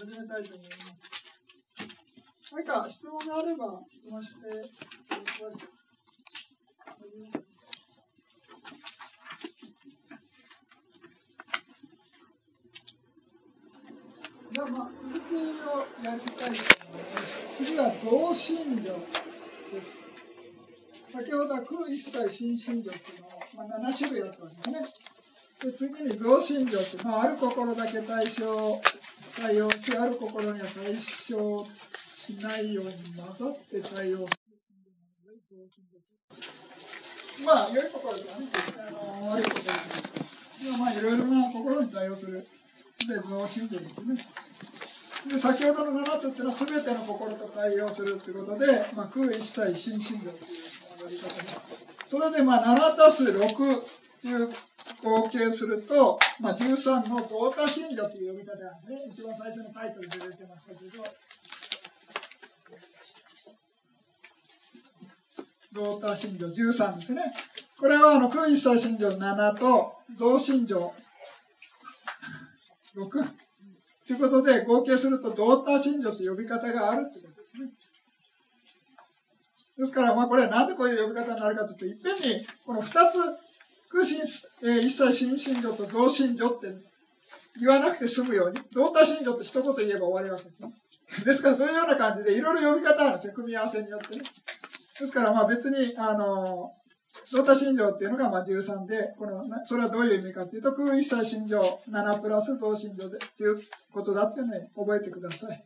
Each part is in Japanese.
始めたいと思います。何か質問があれば質問してください。じゃあ、続きをやりたいと思います。次は同心情です。先ほどは空一切心心情っていうのを、7種類あったわけですね。で次に同心情って、ある心だけ対応し、ある心には対象しないように混ざって対応する心情なので同心情。良い心とかね、悪い心とか、いろいろな心に対応するで同心情ですね。で先ほどの7つっていうのは全ての心と対応するということで、空一切心心情というやり方で、それで7たす6という合計すると、13の同多心情という呼び方なんですね。一番最初のタイトルで出てましたけど、同多心情13ですね。これは空一切心情7と同心情6ということで、合計すると同多心情という呼び方があるということですね。ですから、これはなんでこういう呼び方になるかというと、いっぺんにこの2つ、空一切心心情と同心情って言わなくて済むように、同多心情って一言言えば終わりわけですね。ですから、そういうような感じでいろいろ呼び方あるんですよ、組み合わせによってね。ですから、別に、同多心情っていうのが13で、それはどういう意味かというと、空一切心情7プラス同心情でということだというのを覚えてください。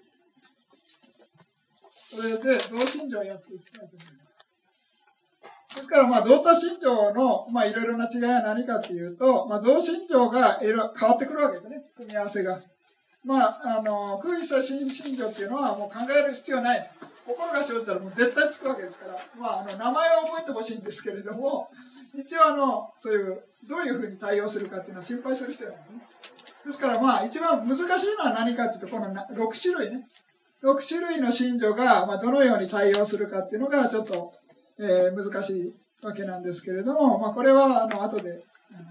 それで、同心情をやっていきたいと思います。ですから、同多心情の、いろいろな違いは何かというと、同心情が変わってくるわけですね、組み合わせが。空一切心心情っていうのはもう考える必要ない。心が生じたらもう絶対つくわけですから、名前を覚えてほしいんですけれども、一応そういうどういうふうに対応するかっていうのは心配する必要ないですね。ですから一番難しいのは何かというと、この6種類ね、6種類の心情がどのように対応するかっていうのがちょっと、難しいわけなんですけれども、これは後で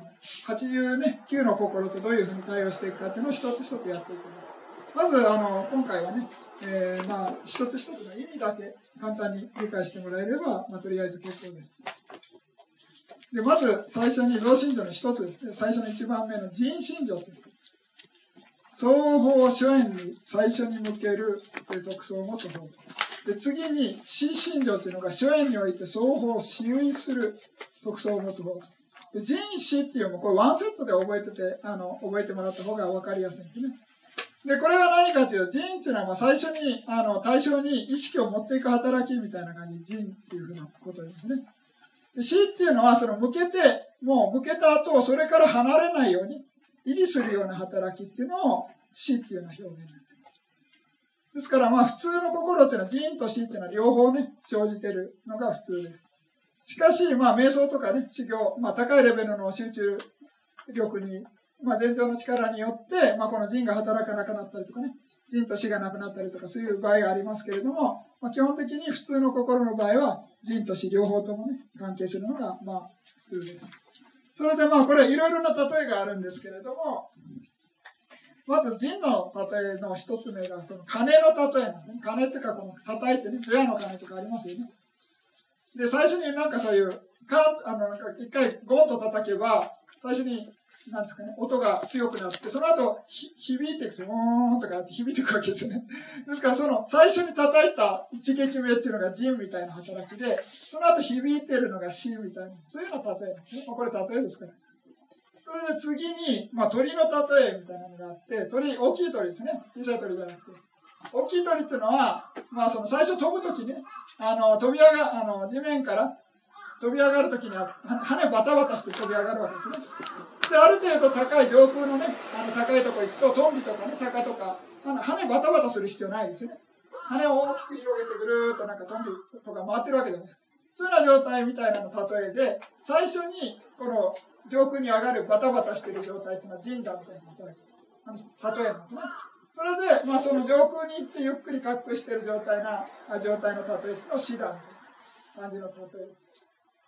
89の心とどういうふうに対応していくかっていうのを一つ一つやっていきます。まず今回はね、一つ一つの意味だけ簡単に理解してもらえれば、とりあえず結構です。でまず最初に同心情の一つですね。最初の一番目の人心情という双方諸縁に最初に向けるという特徴を持つ方で、次に死心情というのが諸縁において双方死有する特徴を持つ方で、人死っていうのもこれワンセットで覚えてもらった方が分かりやすいんですね。でこれは何かというと、人っていうのは最初に対象に意識を持っていく働きみたいな感じで人っていうふうなことですね。で死っていうのは向けた後それから離れないように維持するような働きっていうのを死っていうような表現なんです。ですから普通の心っていうのは人と死っていうのは両方ね生じているのが普通です。しかし瞑想とかね修行、高いレベルの集中力に前兆の力によって、この人が働かなくなったりとかね、人と死がなくなったりとかそういう場合がありますけれども、基本的に普通の心の場合は人と死両方ともね関係するのが普通です。それでこれいろいろな例えがあるんですけれども、まず人の例えの一つ目がその鐘の例えなんですね。鐘っていうかこの叩いてね、除夜の鐘とかありますよね。で最初にそういう一回ゴンと叩けば最初になんですかね、音が強くなって、その後響いていくんですよ。オーンとかって響いていくわけですよね。ですから最初に叩いた一撃目っていうのが人みたいな働きで、その後響いてるのが死みたいな、そういうような例えなんですね。これ例えですから。それで次に、鳥の例えみたいなのがあって、大きい鳥ですね。小さい鳥じゃなくて。大きい鳥っていうのは、最初飛ぶときね、地面から飛び上がるときには、羽バタバタして飛び上がるわけですね。で、ある程度高い上空のね、高いところ行くと、トンビとかね、タカとか、羽バタバタする必要ないですよね。羽を大きく広げてぐるーっとトンビとか回ってるわけじゃないですか。そういうような状態みたいなの例えで、最初にこの上空に上がるバタバタしている状態というのは人だみたいな例えなんですね。それで、その上空に行ってゆっくり滑空している状態の例えというのを死だみたいな感じの例え。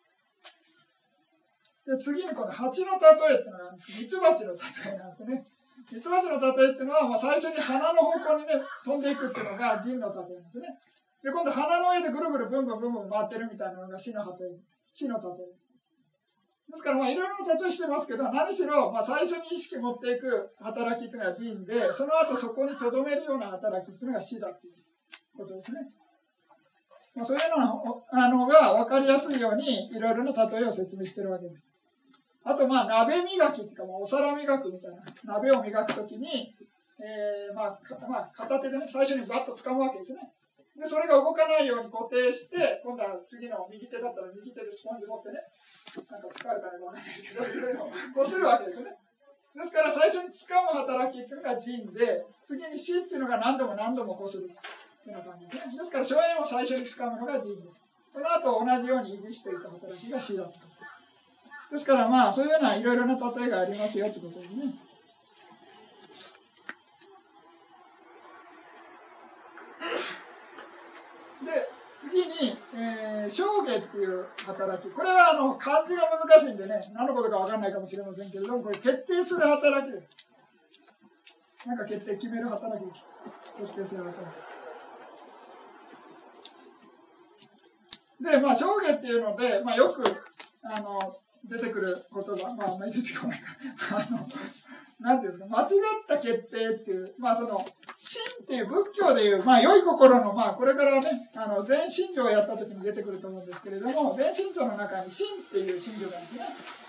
で次にこの蜂の例えっていうのがあるんですけど、ミツバチの例えなんですね。 ミツバチの例えっていうのは、最初に花の方向にね、飛んでいくっていうのが人の例えなんですね。で、今度花の上でぐるぐるブンブンブンブン回ってるみたいなのが死の例え。死の例え。ですから、いろいろな例えしてますけど、何しろ、最初に意識持っていく働きっていうのが人で、その後そこに留めるような働きっていうのが死だっていうことですね。そういうのが分かりやすいように、いろいろな例えを説明してるわけです。あと、鍋磨きっていうか、お皿磨くみたいな。鍋を磨くときに、片手でね、最初にバッと掴むわけですね。で、それが動かないように固定して、今度は次の右手だったら右手でスポンジ持ってね、なんか疲れたらわかんないですけど、いろいろこするわけですよね。ですから最初に掴む働きっていうのが人で、次に死っていうのが何度も何度もこするというような感じですね。ですから、荘園を最初に掴むのが人で、その後同じように維持していく働きが死だと。ですから、そういうようないろいろな例えがありますよということですね。で、次に、生下っていう働き。これは漢字が難しいんでね、何のことか分かんないかもしれませんけれども、これ決定する働きです。なんか決める働きです。決定する働き。で、生下っていうので、よく、出てくる言葉、あんまり出てこないか。なんていうんですか、間違った決定っていう、その、真っていう仏教でいう、良い心の、これからね、全信条をやった時に出てくると思うんですけれども、全信条の中に真っていう信条があるんですね。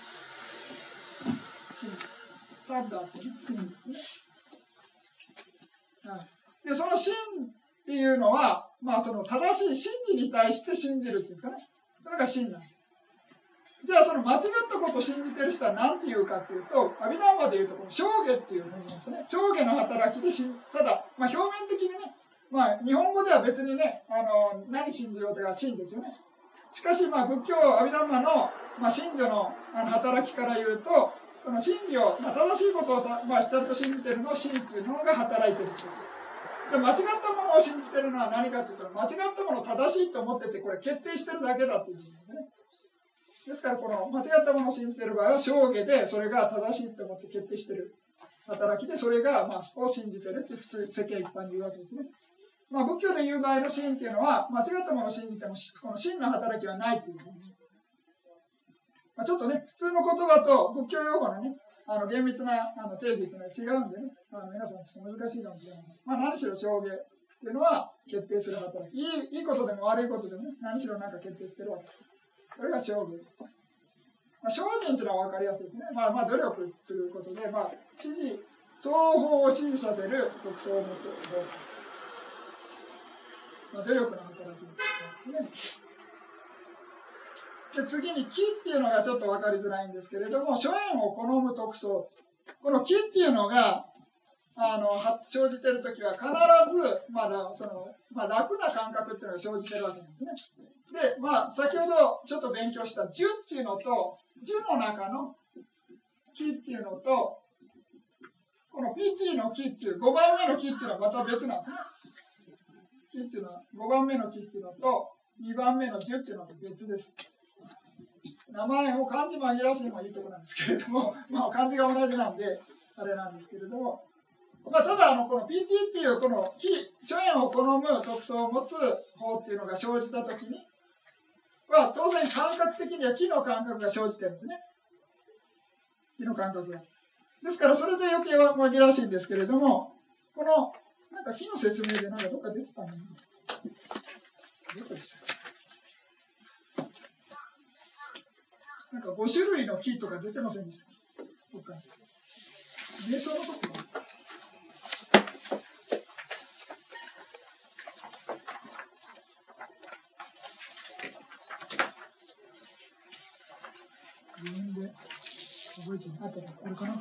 真。サッダーってね、真ですね。はい。で、その真っていうのは、その正しい真理に対して信じるっていうんですかね。それが真なんです。じゃあその間違ったことを信じてる人は何て言うかっていうと、阿弥陀馬でいうとこの生下っていうふうに言うんですね。生下の働きでただ、表面的にね、日本語では別にね、何信じようとか真ですよね。しかし仏教阿弥陀馬の、信者の働きから言うと、その真理を、正しいことをちゃんと信じてるのを真っていうのが働いてるんですよ。で間違ったものを信じてるのは何かというと、間違ったものを正しいと思ってて、これ決定してるだけだというんですね。ですから、この間違ったものを信じている場合は、生下でそれが正しいと思って決定している働きで、それがを信じているって普通、世間一般に言うわけですね。仏教で言う場合の真っていうのは、間違ったものを信じても、この真の働きはないという、ちょっとね、普通の言葉と仏教用語のね、厳密な定義というのは違うんでね、皆さんちょっと難しいかもしれない。何しろ生下っていうのは決定する働き。いいことでも悪いことでもね、何しろ何か決定してるわけです。これが生下。精進というのは分かりやすいですね。努力することで、双方を支持させる特徴を持つ方法。努力の働きですね。で、次に気っていうのがちょっと分かりづらいんですけれども、諸縁を好む特徴。この気っていうのが、生じているときは必ず、楽な感覚っていうのが生じているわけなんですね。で、先ほどちょっと勉強した樹っていうのと、樹の中の木っていうのと、この PT の木っていう5番目の木っていうのはまた別なんですね。木っていうのは5番目の木っていうのと、2番目の樹っていうのと別です。名前も漢字紛らわしいのもいいところなんですけれども、漢字が同じなんで、あれなんですけれども、ただこの PT っていうこの木、諸縁を好む特徴を持つ方っていうのが生じたときに、当然感覚的には木の感覚が生じてるんですね。木の感覚が。ですからそれで余計は紛らわしいんですけれども、このなんか木の説明でなんかどっか出てたのに。どこでしたか。なんか5種類の木とか出てませんでしたか。どっかに。瞑想のとこか。自分で覚えてなかったらこれかな。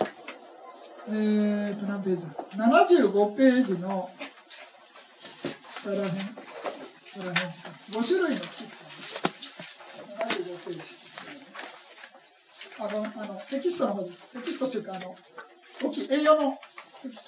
何ページだ ?75 ページの下らへん。5種類の木。75ページ。テキストの方です。テキストというか、栄養のテキスト。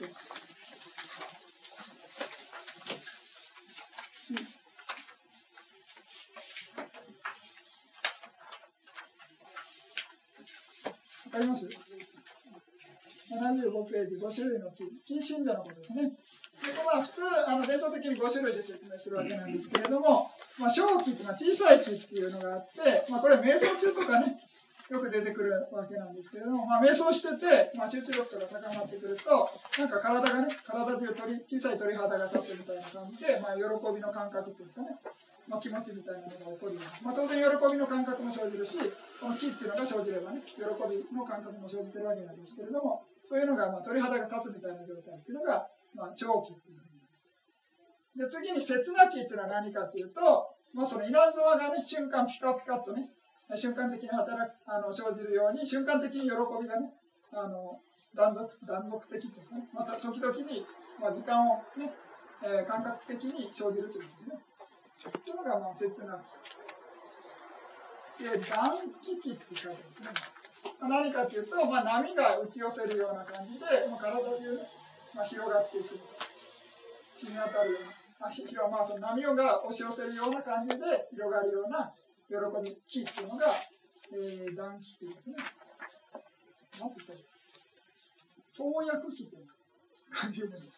わかります？ 75ページ、5種類の木、木信条のことですね。で普通伝統的に5種類で説明するわけなんですけれども、小木っていうのは小さい木っていうのがあって、これ瞑想中とかね、よく出てくるわけなんですけれども、瞑想してて、集中力とか高まってくると、なんか体がね、体中小さい鳥肌が立ってるみたいな感じで、喜びの感覚っていうんですかね、気持ちみたいなのが起こるような、当然喜びの感覚も生じるし、この木っていうのが生じればね、喜びの感覚も生じてるわけなんですけれども、そういうのが鳥肌が立つみたいな状態っていうのが、小気っていうふうに。で、次に切な気っていうのは何かっていうと、その稲妻がね、瞬間ピカピカっとね、瞬間的に生じるように、瞬間的に喜びがね、断続的っていうんですかね、また時々に、時間をね、感覚的に生じるということですね。というのが切な気。で、暖気気って書いてますね。何かというと、波が打ち寄せるような感じで、体中ね、広がっていく。染み渡るような、その波が押し寄せるような感じで広がるような喜び、気っていうのが、暖気っていうんですね。まず投薬気っていうんですか。漢字読むんです。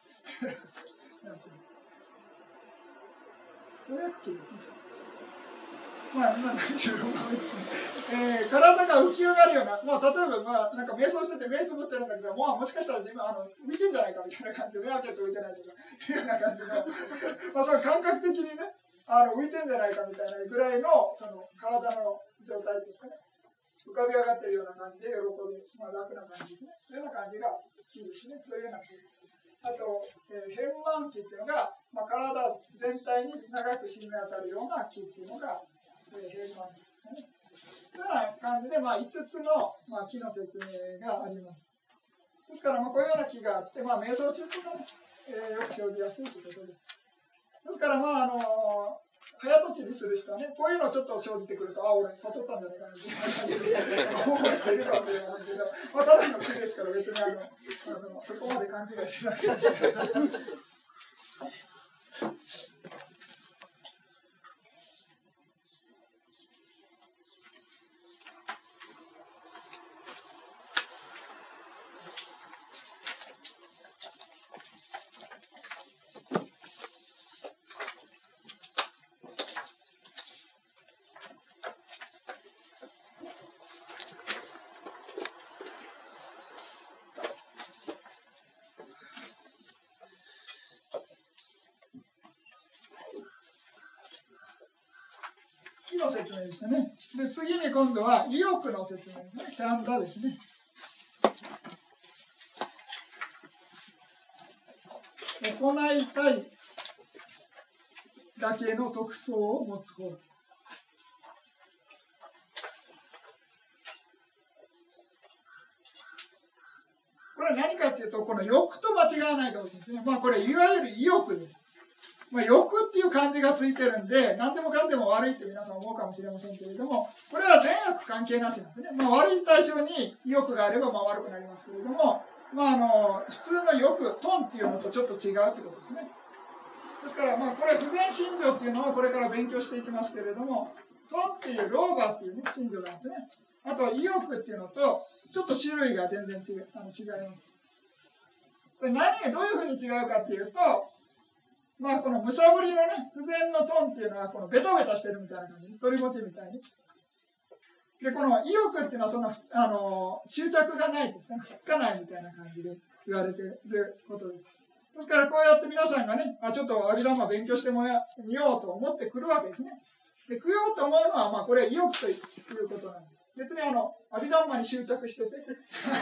投薬気でいいですか。体が浮き上がるような、例えば、なんか瞑想してて目つぶってるんだけど、もしかしたら自分浮いてんじゃないかみたいな感じで、目開けて浮いてないとかいうような感じの、その感覚的にね、浮いてんじゃないかみたいなぐらいの、その体の状態ですかね。浮かび上がってるような感じで喜び、楽な感じですね。そういうような感じがキーですね。そういうようなキー。あと、変満気っていうのが、体全体に長く染み渡るような気っていうのが、変満気ですね。というような感じで、5つの、気の説明があります。ですから、こういうような気があって、瞑想中とかね、よく生じやすいということです。ですから、早とちりする人はね、こういうのちょっと生じてくると、俺、悟ったんじゃないかなっていう感じで思いしているかもしれませんけど、ただの気ですから、別にそこまで勘違いしなくて。の説明でしたね。で、次に今度は意欲の説明ですね。チャンダですね。行いたいだけの特徴を持つ方。これは何かというと、この欲と間違わないでほしいんですね。これいわゆる意欲です。欲っていう漢字がついてるんで、何でもかんでも悪いって皆さん思うかもしれませんけれども、これは善悪関係なしなんですね。悪い対象に意欲があれば悪くなりますけれども、普通の欲、トンっていうのとちょっと違うということですね。ですから、これ、不全心情っていうのをこれから勉強していきますけれども、トンっていう老婆っていうね、心情なんですね。あと、意欲っていうのと、ちょっと種類が全然違います。どういうふうに違うかっていうと、このむさぶりのね、不全のトンっていうのは、このベタベタしてるみたいな感じ、一人ぼちみたいに。で、この意欲っていうのは、執着がないですね、つかないみたいな感じで言われていることです。ですから、こうやって皆さんがね、ちょっとアビダンマ勉強してみようと思ってくるわけですね。で、供養と思うのは、これ、意欲ということなんです。別にアビダンマに執着してて来て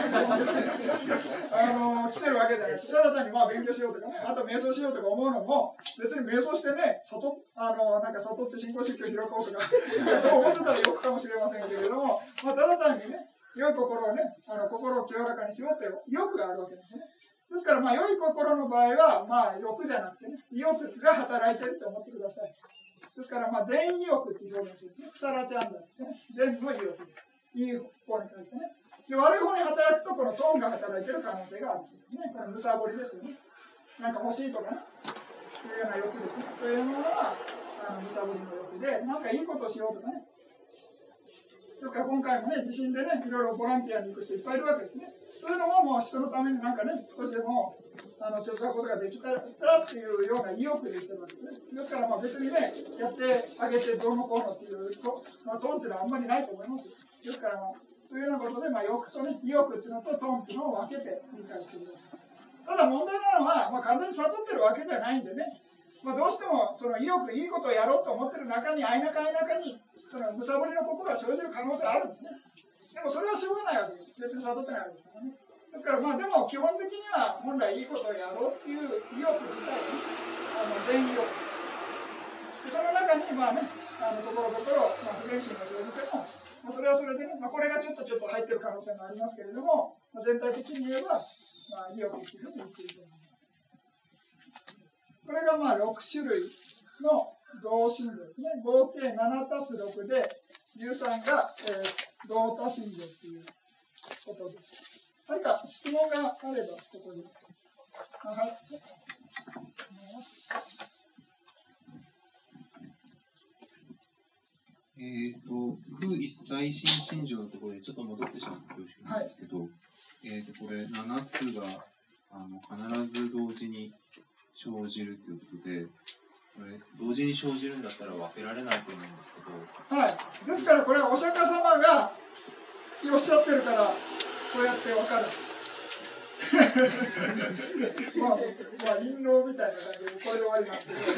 るわけじゃないです。ただ単に勉強しようとかね、あと瞑想しようとか思うのも、別に瞑想してね、なんか悟って信仰宗教を開こうとか、そう思ってたら欲かもしれませんけれども、ただ単にね、良い心をね、心を清らかにしようという欲があるわけですね。ですから、良い心の場合は、欲じゃなくてね、意欲が働いてると思ってください。ですから、善意欲っていう表現ですね。腐らちゃんだですね。善の意欲。いい方に書いてね。で、悪い方に働くと、このトンが働いてる可能性があるっていうね。このむさぼりですよね。なんか欲しいとかね。そういうような欲ですね。そういうものは、むさぼりの欲で、なんかいいことをしようとかね。 ですから今回もね、地震でね、いろいろボランティアに行く人いっぱいいるわけですね。そういうのももう人のためになんかね、少しでも手伝うことができたらっていうような意欲で言ってるわけですね。ですからまあ別にね、やってあげてどうのこうのっていうと、まあ、トンっていうのはあんまりないと思います。ですからまあ、そういうようなことで、まあ、欲とね、意欲っていうのとトンっていうのを分けて理解してください。ただ問題なのは、まあ、完全に悟ってるわけじゃないんでね、まあ、どうしてもその意欲、いいことをやろうと思ってる中に、間に、そのむさぼりの心が生じる可能性があるんですね。でもそれはしょうがないわけです。別に悟ってないわけですからね。ですからまあでも基本的には本来いいことをやろうっていう意欲自体ね、全意欲。でその中にまあね、ところどころ、不原心が生じても、まあ、それはそれでね、まあ、これがちょっと入ってる可能性がありますけれども、まあ、全体的に言えば、まあ、意欲っていうふうに言っていると思います。これがまあ6種類の増進度ですね。合計7たす6で13が、同多進度ということです。何か質問があればここに。はい。 不一切心情のところでちょっと戻ってしまって恐縮なんですけど、これ7つが必ず同時に生じるということで、これ同時に生じるんだったら分けられないと思うんですけど、 はい、ですからこれはお釈迦様がおっしゃってるからこうやって分かるんですまあ陰謀みたいな感じでこれで終わりますけど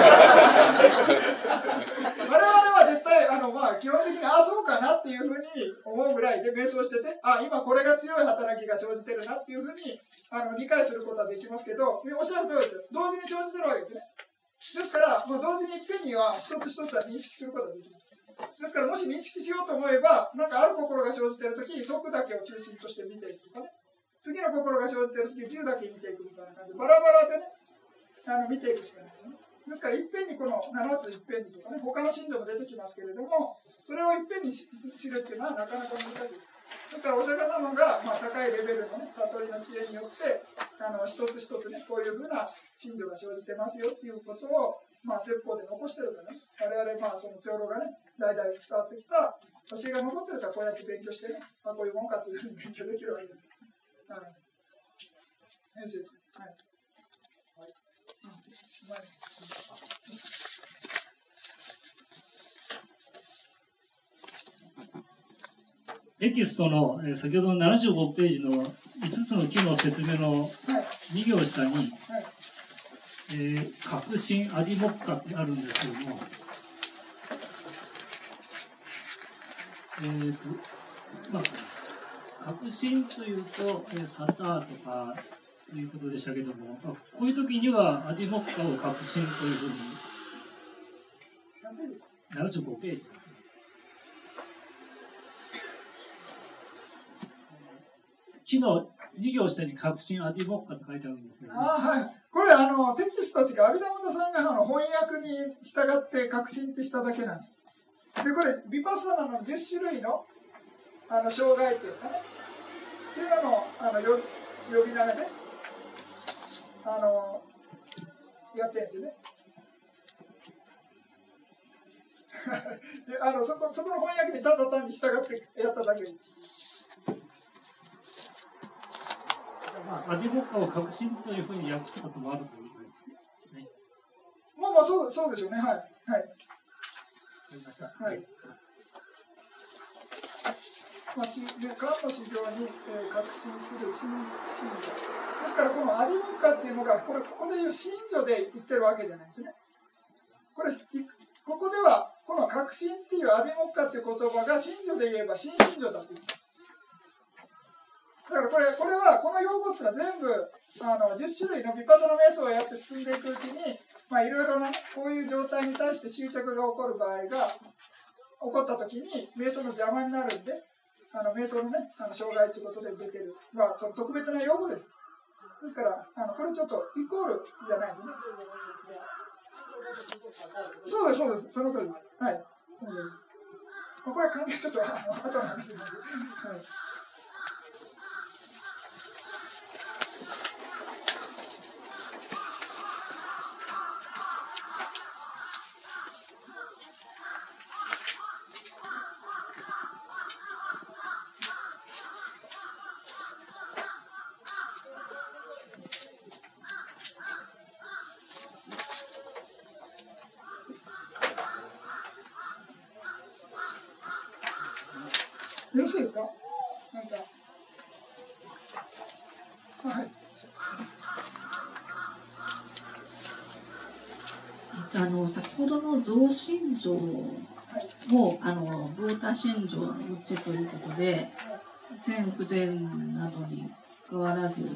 我々は絶対基本的にそうかなっていうふうに思うぐらいで瞑想してて、今これが強い働きが生じてるなっていうふうに理解することはできますけど、おっしゃる通りですよ。同時に生じてるわけですね。ですから、同時にいっぺんには一つ一つは認識することができます。ですからもし認識しようと思えば、なんかある心が生じているとき、即だけを中心として見ていくとかね、次の心が生じているとき、10だけ見ていくみたいな感じで、バラバラでね、見ていくしかないですね。ですから、いっぺんにこの7ついっぺんにとかね、他の信条も出てきますけれども、それをいっぺんに知るっていうのはなかなか難しいです。ですから、お釈迦様が、高いレベルの、ね、悟りの知恵によって、一つ一つね、こういうふうな信条が生じてますよっていうことを、説法で残してるからね、我々、その長老がね、代々伝わってきた教えが残ってるからこうやって勉強してね、こういうもんかというふうに勉強できるわけです。はい。よろしいですか。はい。 テキストの先ほどの75ページの5つの木の説明の2行下に、確信アディモッカってあるんですけども、確信というと、サターとかということでしたけども、こういう時にはアディモッカを確信というふうに、75ページ。木の2行下に確信アディモッカと書いてあるんですけど、ね、 はい。これテキストというか、阿弥陀本さんが翻訳に従って確信ってしただけなんですよ。で、これ、ヴィパッサナの10種類の障害っていうんですかね。っていうのの呼び名で、やってるんですよね。でそこの翻訳にただ単に従ってやっただけです。 アディモッカを確信というふうに訳すこともあるということですね。 そうでしょうね。はい。はい。わかりました。 はい。漢の修行に、確信する信者。ですから、このアディモッカっていうのが、ここでいう信女で言ってるわけじゃないですね。ここでは、この確信っていうアディモッカっていう言葉が信女で言えば、信女だと言います。だからこれはこの用語っていうのは全部10種類のヴィパッサナ瞑想をやって進んでいくうちに、いろいろな、こういう状態に対して執着が起こる場合が起こったときに瞑想の邪魔になるんで、瞑想のね障害ということで出てる、その特別な用語です。ですからこれちょっとイコールじゃないですね。そうです、その通りです。はい、その通りです。これは関係ちょっと後の話です。はい。 よろしいですか？なんか、はい。 先ほどの造心情も、浄多心情のうちということで、善不善などに関わらず、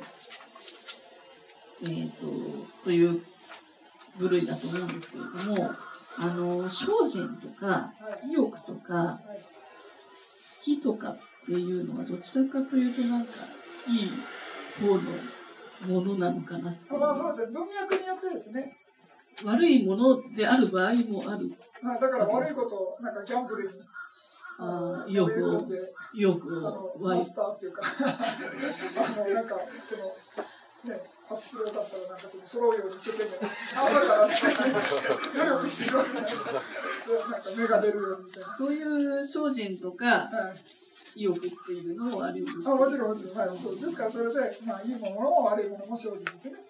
という部類だと思うんですけれども、精進とか意欲とか気とかっていうのはどちらかというとなんかいい方のものなのかなっていう。 まあそうですね。文脈によってですね。 悪いものである場合もある。 だから悪いことをなんかギャンブルに意欲をマスターっていうかなんかそのねパチスロだったらなんか揃うように一生懸命朝から努力してるわけじゃないですか。なんか芽が出るようにみたいな。 そういう精進とか、意欲っていうのもあるようです。 もちろんもちろん、はい、そうですからそれでまあいいものも悪いものも生じですよね。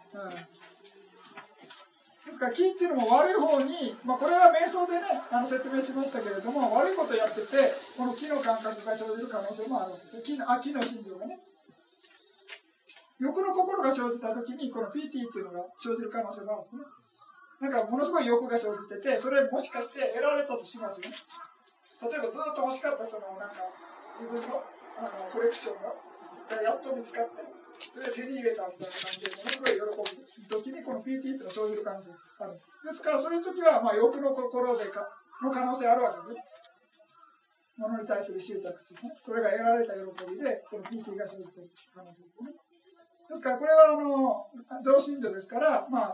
ですから気っていうのも悪い方に、まあ、これは瞑想でね説明しましたけれども、悪いことをやっててこの気の感覚が生じる可能性もあるんですよ。気の心情がね、欲の心が生じた時にこの PT っていうのが生じる可能性もあるんですね。なんかものすごい欲が生じてて、それもしかして得られたとしますよね。例えばずっと欲しかったなんか自分のコレクションがやっと見つかって、それで手に入れたみたいな感じでものすごい喜ぶ時にこの PT っていうのが生じる可能性があるんです。ですからそういう時はまあ欲の心の可能性あるわけですね。物に対する執着っていうね、それが得られた喜びでこの PT が生じている可能性ですね。ですからこれは造心情ですから、まあ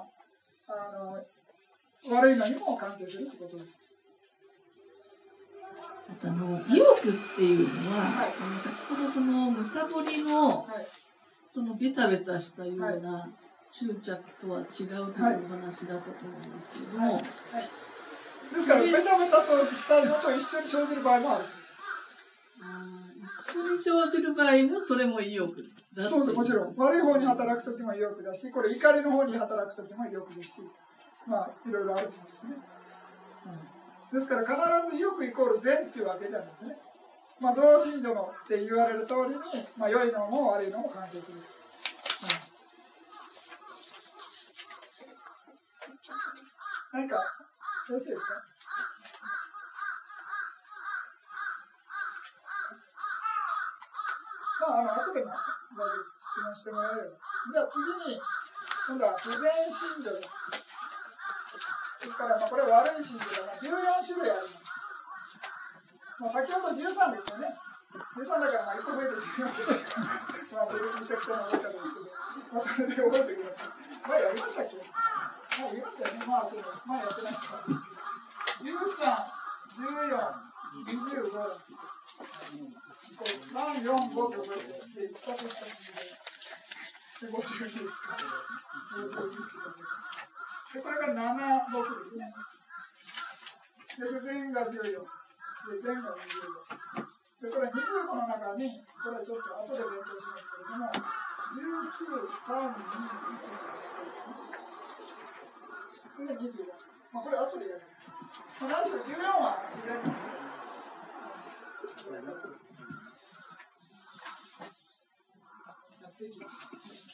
悪いのにも関係するということです。 意欲っていうのは、先ほどそのむさぼりの、そのベタベタしたような執着とは違うというお話だったと思うんですけれども、 ですからベタベタとしたのと一緒に生じる場合もある。 一緒に生じる場合もそれも意欲だ。 そうです、もちろん悪い方に働く時も意欲だし、これ怒りの方に働く時も意欲ですし、まあいろいろあるということですね。ですから必ず意欲イコール善というわけじゃないですね。まあ造心情のって言われる通りに、まあ良いのも悪いのも関係する。何かよろしいですか？後でも質問してもらえれば。じゃあ次に今度は不全心情です。ですから、これは悪い心情が14種類あります。先ほど13ですよね。13だから1個増えて14めちゃくちゃな多い方ですけど、それで覚えてください。前やりましたっけ？前言いましたよね。前やってない人なんですけど、13、14、25なんです。3、4、5と覚えて、1たす1たす2で52ですか。でこれが7、6ですね。で、不全が14。で、全が25。で、これ25の中に、これちょっと後で勉強しますけれども、19、3、2、1。それで25。これ後でやる。何しろ14は不全なんで。やっていきます。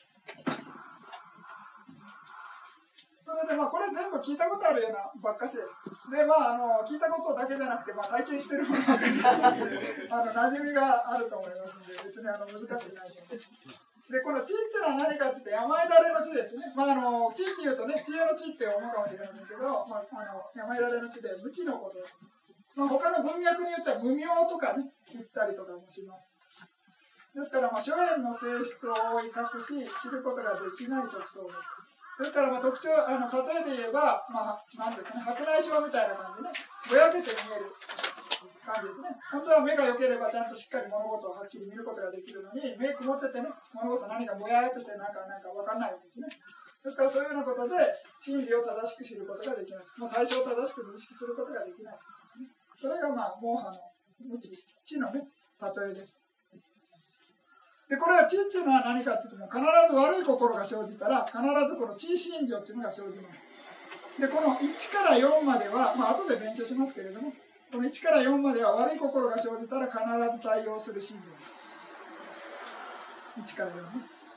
それでこれ全部聞いたことあるようなばっかしです。で聞いたことだけじゃなくて体験してるものばっかり馴染みがあると思いますので、別に難しくないと思います。でこの知っていうのは何かって言って山枝れの知ですね。知っていうとね、知恵の知って思うかもしれませんけど、山枝れの知で無知のことです。他の文脈によっては無明とかね言ったりとかもします。ですから諸縁の性質を覆い隠し知ることができない特徴です。ですから特徴、例えで言えば、なんですかね、白内障みたいな感じでね、ぼやけて見える感じですね。本当は目が良ければちゃんとしっかり物事をはっきり見ることができるのに、目曇っててね、物事何かぼやっとしてなんか分かんないわけですね。ですからそういうようなことで真理を正しく知ることができない。対象を正しく認識することができないということですね。それがモーハの無知、知のね、例えです。でこれは知っていうのは何かっていうと、必ず悪い心が生じたら必ずこの知心情っていうのが生じます。でこの1から4までは、後で勉強しますけれども、 この1から4までは悪い心が生じたら必ず対応する信条。1から4ね。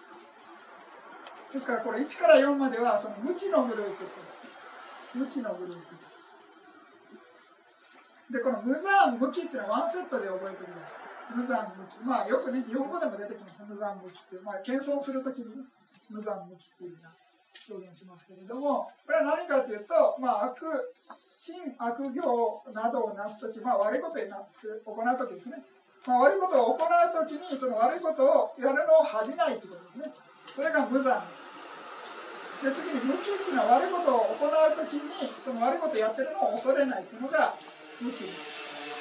ですからこれ1から4まではその無知のグループです。無知のグループです。で、この無残無記っていうのはワンセットで覚えてください。無残無記。まあよくね、日本語でも出てきます。無残無記っていう。まあ謙遜するときに、ね、無残無記っていうような表現しますけれども、これは何かというと、まあ真悪行などをなすとき、まあ悪いことになって行うときですね。まあ悪いことを行うときに、その悪いことをやるのを恥じないということですね。それが無残です。で、次に無記っていうのは悪いことを行うときに、その悪いことをやってるのを恐れないというのが無記です。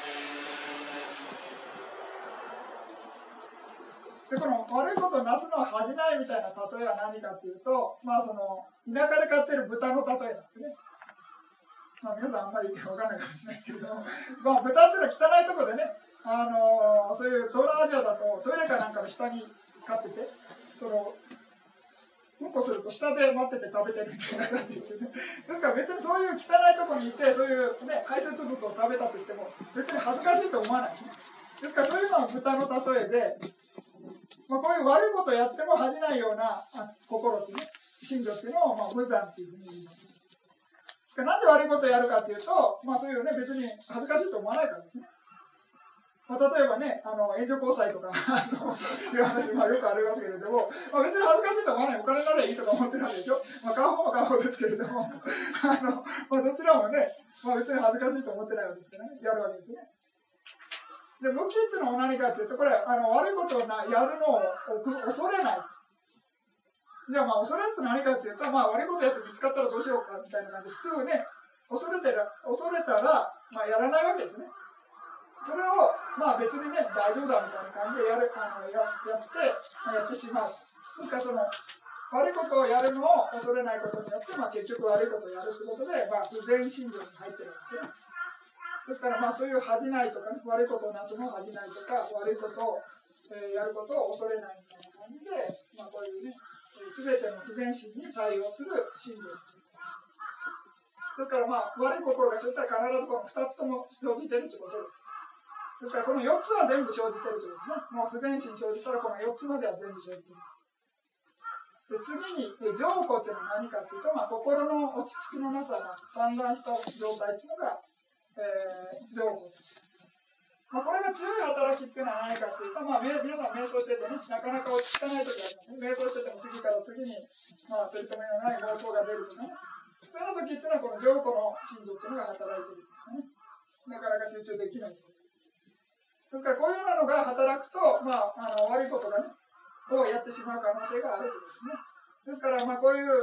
で、この悪いことをなすのを恥じないみたいな例えは何かというと、まあその田舎で飼ってる豚の例えなんですね。まあ皆さんあんまり分かんないかもしれないですけれども、まあ豚っていうのは汚いところでね、そういう東南アジアだとトイレかなんかの下に飼ってて、そのうんこすると下で待ってて食べてるみたいな感じですよね。ですから別にそういう汚いところにいて、そういうね、排泄物を食べたとしても、別に恥ずかしいと思わないですね。ですからそういうのは豚の例えで、まあ、こういう悪いことをやっても恥じないような心っていうね、信条っていうのをまあ無残っていうふうに言います。ですからなんで悪いことをやるかというと、まあそういうね、別に恥ずかしいと思わないからですね。まあ、例えばね、援助交際とかいう話、まあ、よくありますけれども、まあ、別に恥ずかしいと思わない、お金ならいいとか思ってるわけでしょ。まあ、買う方は買う方ですけれども、まあ、どちらもね、まあ、別に恥ずかしいと思ってないわけですからね、やるわけですね。で、無記っていうのは何かというと、これ、悪いことをやるのを恐れない。じゃあ、まあ、恐れるって何かというと、まあ、悪いことやって見つかったらどうしようかみたいな感じで、普通ね、恐れたら、まあ、やらないわけですね。それを、まあ別にね、大丈夫だみたいな感じでやってしまう。ですから、その、悪いことをやるのを恐れないことによって、まあ結局悪いことをやるということで、まあ不全信条に入ってるんですよね。ですから、まあそういう恥じないとかね、悪いことをなすのを恥じないとか、悪いことを、やることを恐れないみたいな感じで、まあこういうね、すべての不全心に対応する信条です。ですから、まあ悪い心が生じたら必ずこの2つとも生じてるということです。ですからこの4つは全部生じてるということですね。もう不全心生じたらこの4つまでは全部生じている。で、次に情緒というのは何かというと、まあ、心の落ち着きのなさが散乱した状態というのが、情緒です。まあ、これが強い働きというのは何かというと、まあ、皆さん瞑想しててね、なかなか落ち着かない時ありますね。瞑想してても次から次に、まあ、取り留めのない妄想が出るとかね。そういう時っていうのはこの情緒の心情というのが働いているんですよね。なかなか集中できないということ。ですからこういうようなのが働くと、まあ、悪いことがね、をやってしまう可能性があるということですね。ですから、まあ、こういう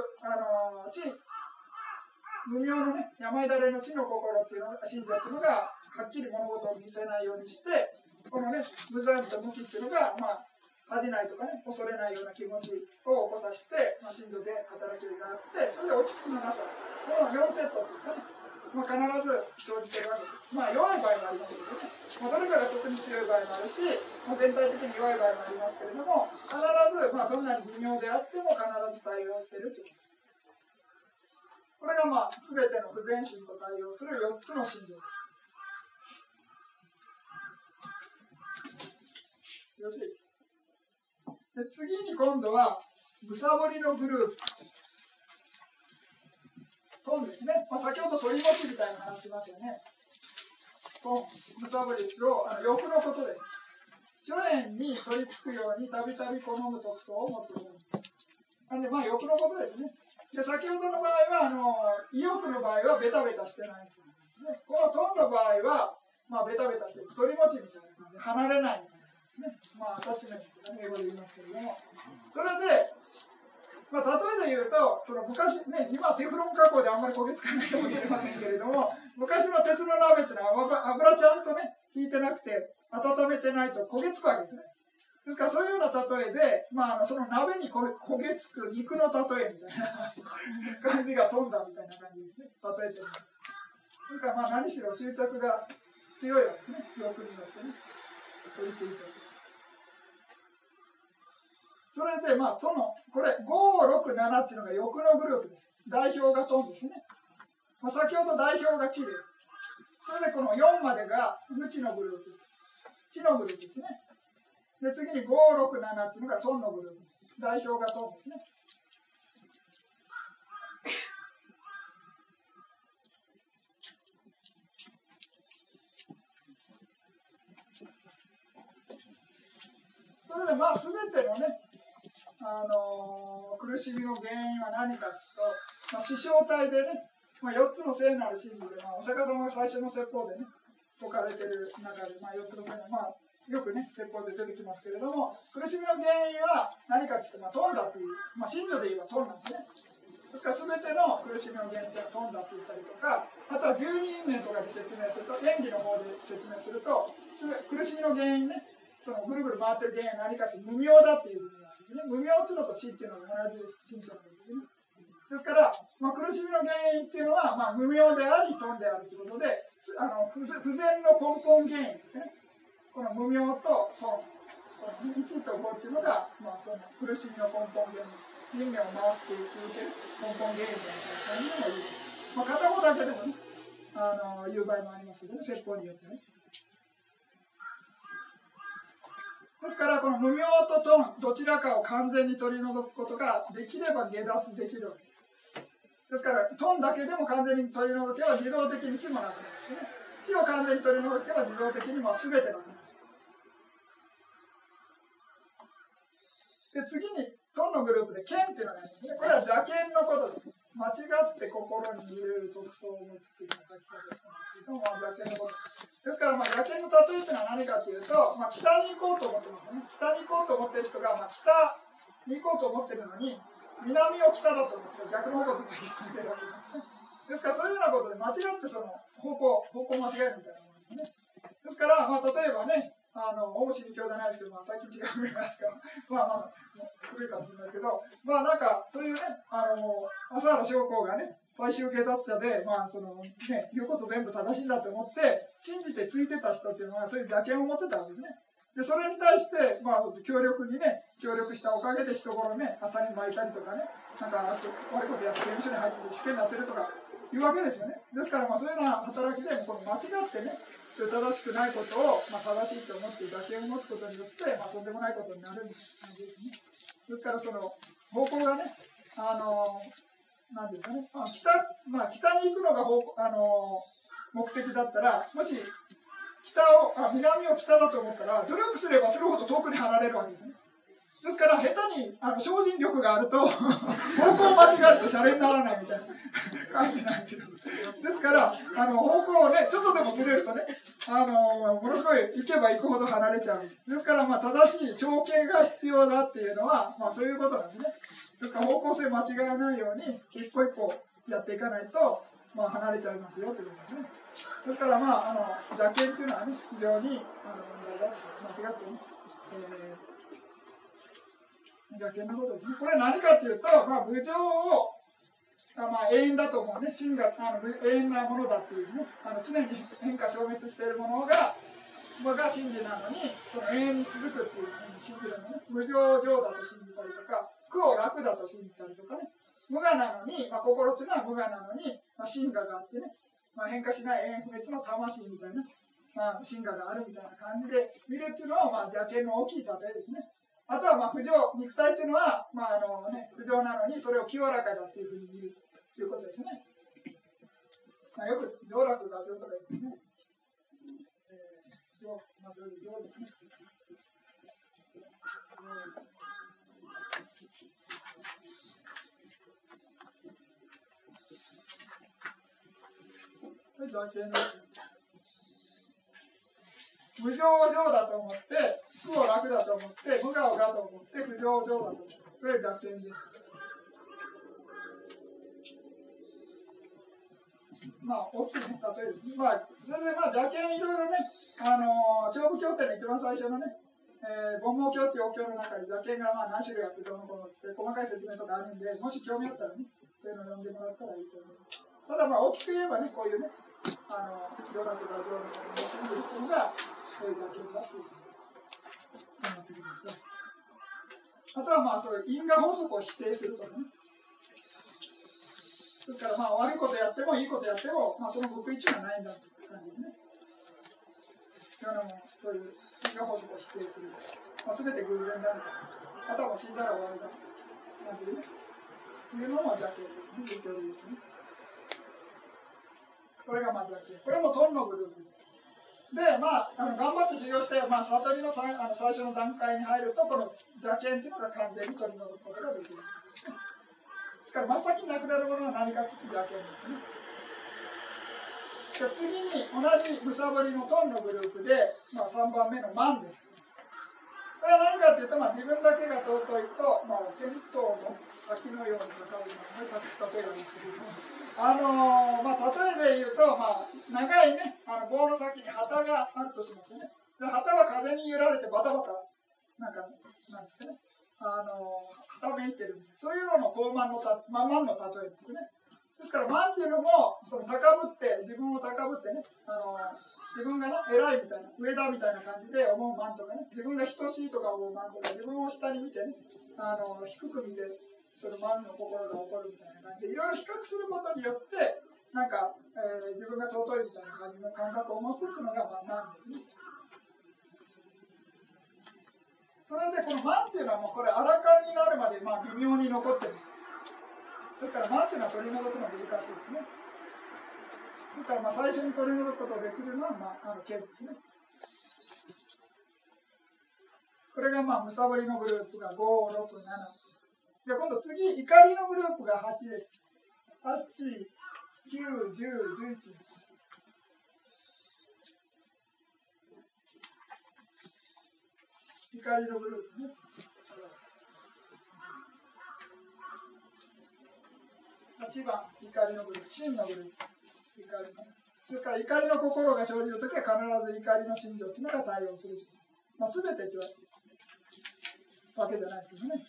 無明のね、病だれの知の心っていうのが、信条っていうのが、はっきり物事を見せないようにして、このね、無残と無記っていうのが、まあ、恥じないとかね、恐れないような気持ちを起こさせて、まあ、信条で働きがあって、それで落ち着きのなさ、この4セットですかね。まあ、必ず生じているわけです。まあ、弱い場合もありますけどね。まあ、どれかが特に強い場合もあるし、まあ、全体的に弱い場合もありますけれども、必ず、まあ、どんなに微妙であっても必ず対応しているということです。これが、まあ、全ての不全心と対応する4つの信条です。よろしいですか。で、次に今度は、むさぼりのグループ。トンですね。まあ、先ほど鳥持ちみたいな話しましたよね。トン、むさぼりの欲のことです。諸縁に取り付くようにたびたび好む特徴を持つもの。なんで、まあ欲のことですね。で、先ほどの場合は、意欲の場合はベタベタしてないということですね。このトンの場合は、まあベタベタしてる。鳥持ちみたいな感じで離れないみたいな感じですね。まあアタッチメントとか、ね、英語で言いますけれども。それで、まあ、例えで言うと、その昔ね、今はテフロン加工であんまり焦げつかないかもしれませんけれども、昔の鉄の鍋っていうのは油ちゃんとね、引いてなくて、温めてないと焦げつくわけですね。ですからそういうような例えで、まあ、その鍋に焦げつく肉の例えみたいな感じが飛んだみたいな感じですね。例えています。ですからまあ何しろ執着が強いわけですね。欲によってね、取り付いている。それで、まあ、これ、5、6、7っていうのが欲のグループです。代表がトンですね。まあ、先ほど代表が地です。そそれでこの4までが無知のグループ、知のグループですね。で次に5、6、7つのがトンのグループ、代表がトンですね。それでまあ全てのね、苦しみの原因は何かというと、師匠体でね、4つの聖なる真理で、お釈迦様が最初の説法でね、説かれている中で、4つの聖なる、よくね、説法で出てきますけれども、苦しみの原因は何かというと、トンだという、信条で言えばトンなんですね。ですから全ての苦しみの原因はトンだと言ったりとか、あとは12名とかで説明すると、演技の方で説明すると、苦しみの原因ね、そのぐるぐる回ってる原因は何かというと無明だっていうふうに言うんですね。無明というのと知っていうのは同じ真相なんですね。ですから、苦しみの原因っていうのは、無明であり、トンであるということで、不全の根本原因ですね。この無明とトン、この1と5っていうのが、その苦しみの根本原因、人間を回して続ける根本原因みたいな感じでもいいです。片方だけでもね、言う場合もありますけどね、説法によってね。ですから、この無明とトン、どちらかを完全に取り除くことができれば下脱できるわけです。ですから、トンだけでも完全に取り除けば自動的に知もなくなるんですね。知を完全に取り除けば自動的に全てなくなる。で、次に、トンのグループで剣っていうのがありますね。これは邪剣のことです。間違って心に揺れる特徴を持つっていう書き方ですけども、邪剣のことですから、邪剣の例えというのは何かというと、北に行こうと思ってますよね。北に行こうと思ってる人が、北に行こうと思ってるのに、南を北だと思って逆の方向をずっと言い続けるわけですね。ですからそういうようなことで間違ってその方向間違えるみたいなものですね。ですから、例えばね、オウム真理教じゃないですけど、最近違うじゃないですか。古いかもしれないですけど、なんかそういうね、麻原彰晃がね、最終下達者で、言うこと全部正しいんだと思って、信じてついてた人っていうのは、そういう邪見を持ってたわけですね。で、それに対して、協力したおかげで人頃ね、朝に巻いたりとかね、なんか悪いことやって刑務所に入ってて死刑になってるとかいうわけですよね。ですから、そういうような働きで、この間違ってね、それ正しくないことを、正しいと思って邪見を持つことによって、とんでもないことになるみたいな感じですね。ですから、その方向がね、なんていうんですかね、北に行くのが目的だったら、もし南を北だと思ったら、努力すればするほど遠くに離れるわけですね。ですから、下手に精進力があると、方向を間違ってシャレにならないみたいな感じなんですよ。ですから、方向をね、ちょっとでもずれるとね、ものすごい行けば行くほど離れちゃう。ですから、正しい証券が必要だっていうのは、そういうことなんですね。ですから、方向性間違えないように、一歩一歩やっていかないと、離れちゃいますよということですね。ですから、邪見っていうのはね、非常に問題だと、間違ってね、邪見のことですね。これは何かというと、無常を永遠だと思うね、真が永遠なものだっていうね、常に変化消滅しているものが真理なのに、その永遠に続くっていうふうに信じるのね、無常常だと信じたりとか、苦を楽だと信じたりとかね、無我なのに、心っていうのは無我なのに、真我があってね、変化しない永遠不滅の魂みたいな、真我があるみたいな感じで見るっていうのは、邪見の大きい例えですね。あとは不浄、肉体っていうのは、不浄なのにそれを清らかだっていうふうに見るということですね。よく浄楽が浄とか言うんですね。浄ですね。邪見です。無常を浄だと思って、苦を楽だと思って、無我を我と思って、不浄を浄だと思って、これ邪見です。大きいね、例えですね。それで邪見いろいろね、長部経典の一番最初のね、煩悩経っていうお経の中に邪見が何種類あってどうのこうのって細かい説明とかあるんで、もし興味あったらね、そういうのを読んでもらったらいいと思います。ただ大きく言えばね、こういうね、浄楽だ浄の信じるっていうのが、邪見だという思ってください。あとはそういう因果法則を否定するとかね。ですから悪いことやってもいいことやっても、その報いっていうのはないんだという感じですね。そういうが法則を否定する、全て偶然だみたいな、あとは死んだら終わりだ感じでね、いうのも邪見ですね、仏教でいうとね。これが邪見。これもトンのグループです。で、頑張って修行して、悟りの最初の段階に入ると、この邪見というのが完全に取り除くことができるんですね。ですから、真っ先になくなるものは何かというと邪見ですね。で次に同じむさぼりのトンのグループで、3番目のマンです。これは何かというと、自分だけが尊いと、戦闘の先のように関わるのが例えなんですけれども、例えで言うと、長いね、棒の先に旗があるとしますね。で旗は風に揺られてバタバタ、なんですかね、旗めいてるみたいな、そういうのの高慢のマンの例えですね。ですから、マンっていうのも、その高ぶって、自分を高ぶってね、自分がね、偉いみたいな、上だみたいな感じで思うマンとかね、自分が等しいとか思うマンとか、自分を下に見てね、低く見て、そのマンの心が起こるみたいな感じで、いろいろ比較することによって、自分が尊いみたいな感じの感覚を持つっていうのが、マンですね。それで、このマンっていうのはもうこれ、アラカンになるまで、微妙に残ってるんです。ですから、マンっていうのは取り除くの難しいですね。ですから、最初に取り除くことができるのは、剣ですね。これが、むさぼりのグループが5、6、7。じゃあ、今度次、怒りのグループが8です。8、9、10、11。怒りのグループね。8番、怒りのグループ、真のグループ。怒りのですから、怒りの心が生じるときは必ず怒りの心情というのが対応する。すべてというわけじゃないですけどね。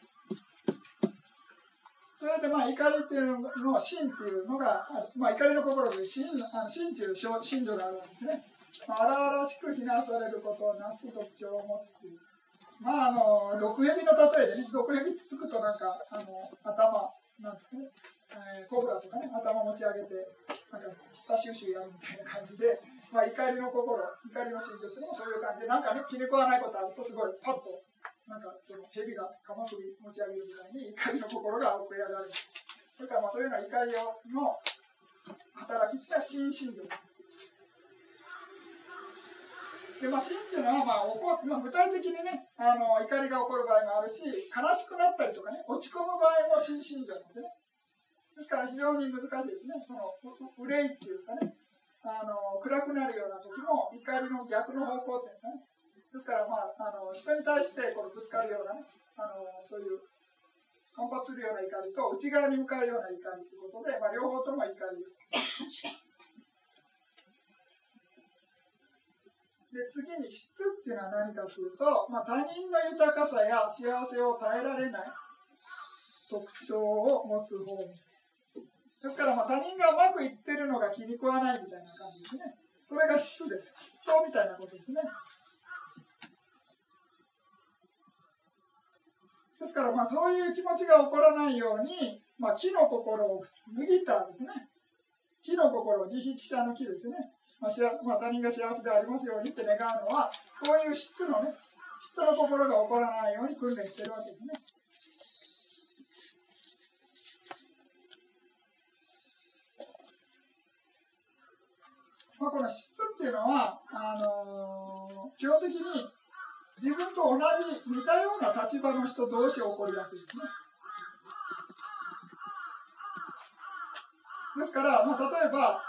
それで怒りというのは真というのが、怒りの心で真という心情があるわけですね。荒々しく非なされることをなす特徴を持つという。毒蛇の例えでね、毒蛇つつくと頭、なんですかね、コブラとかね、頭持ち上げて、舌シュシュやるみたいな感じで、怒りの心、怒りの心情というのもそういう感じで、気に食わないことあると、すごいパッと、その蛇が鎌首持ち上げるみたいに、怒りの心が送り上がる。それからそういうのは怒りの働きというのは真心情です。で真っていうのは、具体的にね、怒りが起こる場合もあるし、悲しくなったりとかね、落ち込む場合も真心情なんですね。ですから非常に難しいですね。その憂いっていうかね、暗くなるような時も怒りの逆の方向っていうんですかね。ですから、人に対してこのぶつかるようなね、そういう反発するような怒りと内側に向かうような怒りということで、両方とも怒り。で次に質っていうのは何かというと、他人の豊かさや幸せを耐えられない特徴を持つ方ですから、他人がうまくいってるのが気に食わないみたいな感じですね。それが質です。嫉妬みたいなことですね。ですから、そういう気持ちが起こらないように、木の心を麦田ですね。木の心、自費記者の木ですね。他人が幸せでありますようにって願うのは、こういう質のね、嫉妬の心が起こらないように訓練してるわけですね。この質っていうのは、基本的に自分と同じ似たような立場の人同士起こりやすいですね。ですから、例えば、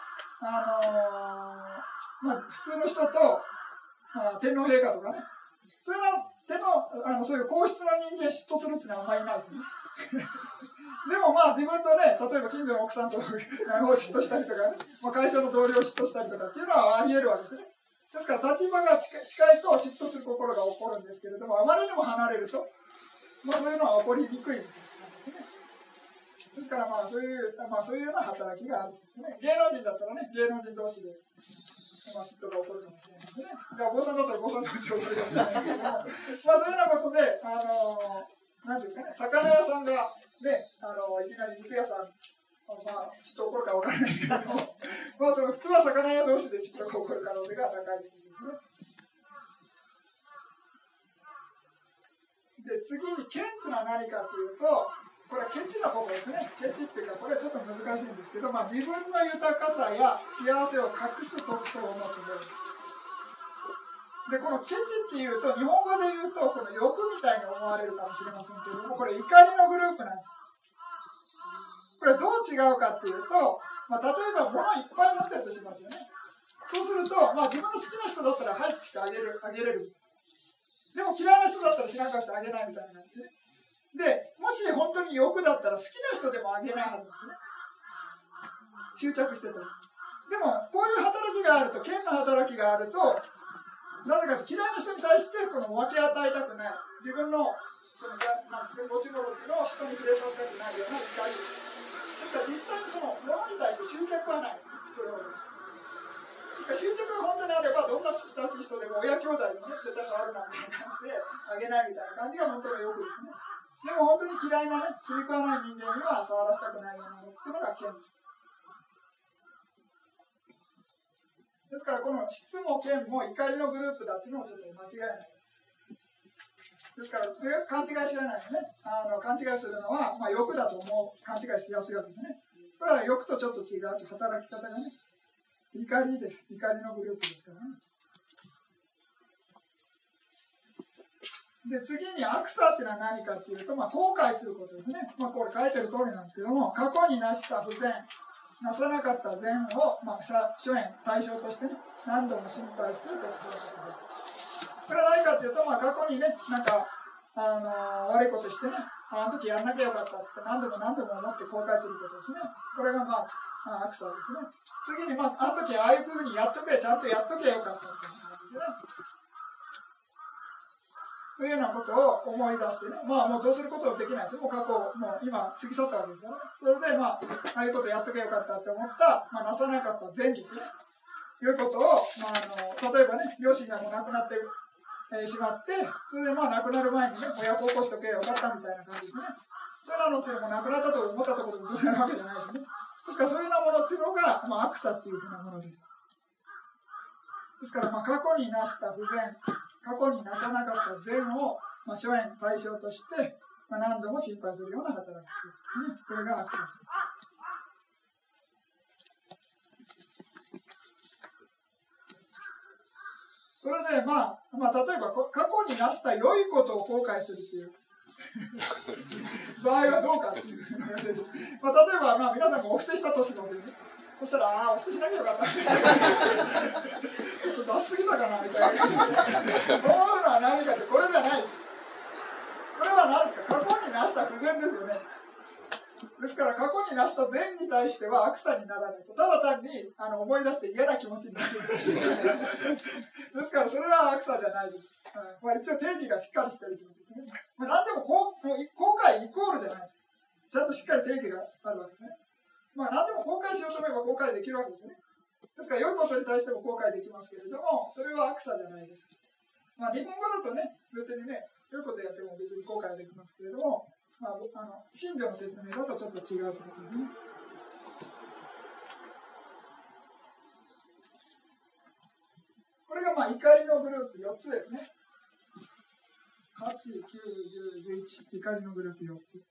普通の人と、天皇陛下とかね、それはそういう皇室の人間嫉妬するっていうのはあんまりいないですね。でも自分とね、例えば近所の奥さんと嫉妬したりとかね、会社の同僚を嫉妬したりとかっていうのはあり得るわけですね。ですから立場が近いと嫉妬する心が起こるんですけれども、あまりにも離れると、そういうのは起こりにくいんですね。ですからそういうような働きがあるんですね。芸能人だったらね、芸能人同士で嫉妬が起こるかもしれないですね。じゃあ坊さんだったら坊さん同士で起こるかもしれないけれども、そういうようなことでなんですかね、魚屋さんがね、いきなり肉屋さん、嫉妬起こるか分からないですけれども、普通は魚屋同士で嫉いてるんですね。で、次にケチは何かというと、これはケチの方ですね。ケチっていうか、これはちょっと難しいんですけど、自分の豊かさや幸せを隠す特徴を持つもので、このケチっていうと、日本語で言うと、この欲みたいに思われるかもしれませんけれども、これ怒りのグループなんです。これどう違うかっていうと、例えば物いっぱい持ってるとしますよね。そうすると、自分の好きな人だったらはいってあげれる。でも嫌いな人だったら知らん顔してあげないみたいな感じで。で、もし本当に欲だったら好きな人でもあげないはずなんですね。執着してたら。でも、こういう働きがあると、剣の働きがあると、なぜかと嫌いな人に対してこの分け与えたくない。自分のその持ち物っていうのを人に触れさせたくないような怒り。ですから実際にその物に対して執着はないですね。それはですから執着が本当にあれば、どんな親しい人でも親兄弟でもね、絶対触るなみたいな感じであげないみたいな感じが本当の欲ですね。でも本当に嫌いなね、気に食わない人間には触らせたくないようなのを作るのが剣。ですからこの質も剣も怒りのグループだっていうのをちょっと間違えない。ですから勘違いしないのね。勘違いするのは、欲だと思う、勘違いしやすいわけですね。これは欲とちょっと違う働き方がね。怒りです。怒りのグループですからね。で、次に悪さっていうのは何かっていうと、後悔することですね。これ書いてる通りなんですけども、過去に成した不善、なさなかった善を、諸縁、対象としてね、何度も心配する特徴です。これは何かというと、過去にね、悪いことしてね、あの時やんなきゃよかったって何度も思って後悔することですね。これが悪さですね。次に、あの時ああいうふうにやっとけ、ちゃんとやっとけよかったっていう感じですね。そういうようなことを思い出してね、もうどうすることもできないですよ。もう過去、もう今過ぎ去ったわけですからね。それで、ああいうことやっとけよかったって思った、なさなかった善ですね。いうことを、例えばね、両親がもう亡くなってしまって、それで亡くなる前にね、親孝行しとけよかったみたいな感じですね。そういうのっていうのも亡くなったと思ったところでどうなるわけじゃないですね。ですからそういうようなものっていうのが、悪さっていうふうなものです。ですから、過去になした不善、過去になさなかった善を、諸縁対象として、何度も心配するような働きですね。それが悪さ。それで、例えば、過去になした良いことを後悔するという場合はどうかっていうのが例えば、皆さんがお布施したとしますよね。そしたら、お布施しなきゃよかったちょっと出しすぎたかなみたいな。こういうのは何かって、これじゃないです。これは何ですか、過去になした不善ですよね。ですから、過去になした善に対しては悪さにならないです。ただ単に思い出して嫌な気持ちになるですから、それは悪さじゃないです。一応定義がしっかりしているということですね。何でも後悔イコールじゃないですか。ちゃんとしっかり定義があるわけですね。何でも後悔しようと思えば後悔できるわけですね。ですから、良いことに対しても後悔できますけれども、それは悪さじゃないです。日本語だとね、別にね、良いことやっても別に後悔できますけれども、信条の説明だとちょっと違うということですね。これが怒りのグループ4つですね。8、9、10、11、怒りのグループ4つ。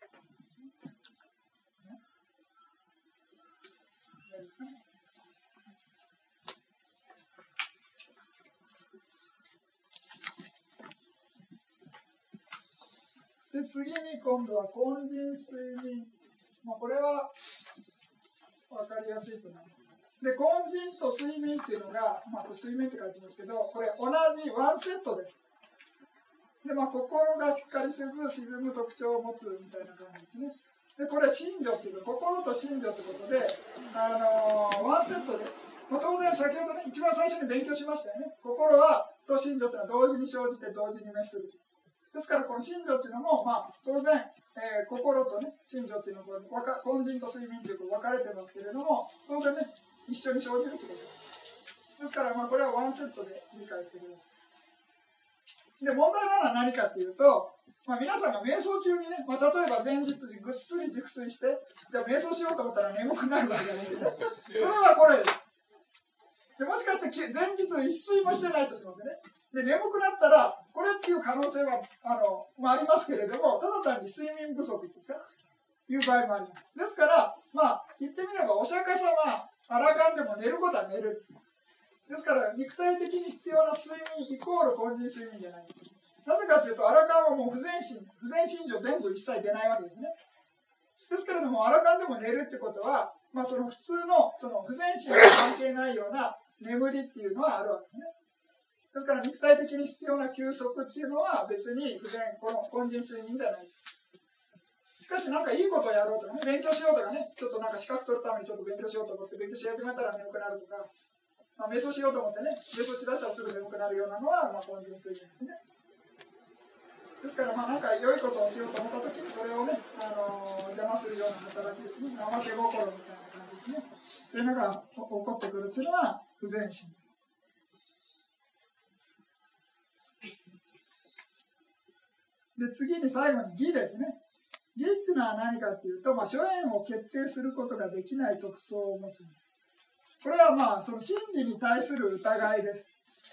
で、次に今度は根人睡眠。これは分かりやすいと思います。で、根人と睡眠っていうのが、睡眠って書いてますけど、これ同じワンセットです。で、心がしっかりせず沈む特徴を持つみたいな感じですね。で、これ心情っていうの、心と心情ってことで、ワンセットで、当然先ほどね、一番最初に勉強しましたよね。心と心情っていうのは同時に生じて同時に滅する。ですから、この心情っていうのも、当然、心とね、心情っていうのは、根人と睡眠ということ分かれてますけれども、当然ね、一緒に生じるということです。ですから、これはワンセットで理解してください。で、問題なのは何かっていうと、皆さんが瞑想中にね、例えば前日ぐっすり熟睡して、じゃあ瞑想しようと思ったら眠くなるわけじゃないけど、それはこれです。 でもしかして前日一睡もしてないとしますね。で、眠くなったら、これっていう可能性は、ありますけれども、ただ単に睡眠不足ですかいう場合もあります。ですから、言ってみれば、お釈迦様は、あらかんでも寝ることは寝る。ですから、肉体的に必要な睡眠イコール根人睡眠じゃない。なぜかというと、あらかんはもう不全心情全部一切出ないわけですね。ですけれども、あらかんでも寝るってことは、その普通の、その不全心と関係ないような眠りっていうのはあるわけですね。ですから、肉体的に必要な休息っていうのは別にこの根人睡眠じゃない。しかし、なんかいいことをやろうとかね、勉強しようとかね、ちょっとなんか資格取るためにちょっと勉強しようと思って、勉強し始めたら眠くなるとか、瞑想しようと思ってね、瞑想しだしたらすぐ眠くなるようなのは、根人睡眠ですね。ですから、なんか良いことをしようと思ったときに、それをね、邪魔するような働きですね、怠け心みたいな感じですね。そういうのが起こってくるというのは、不全心です。で、次に最後に義ですね。義っていうのは何かというと、諸縁を決定することができない特徴を持つ。これはその真理に対する疑いです。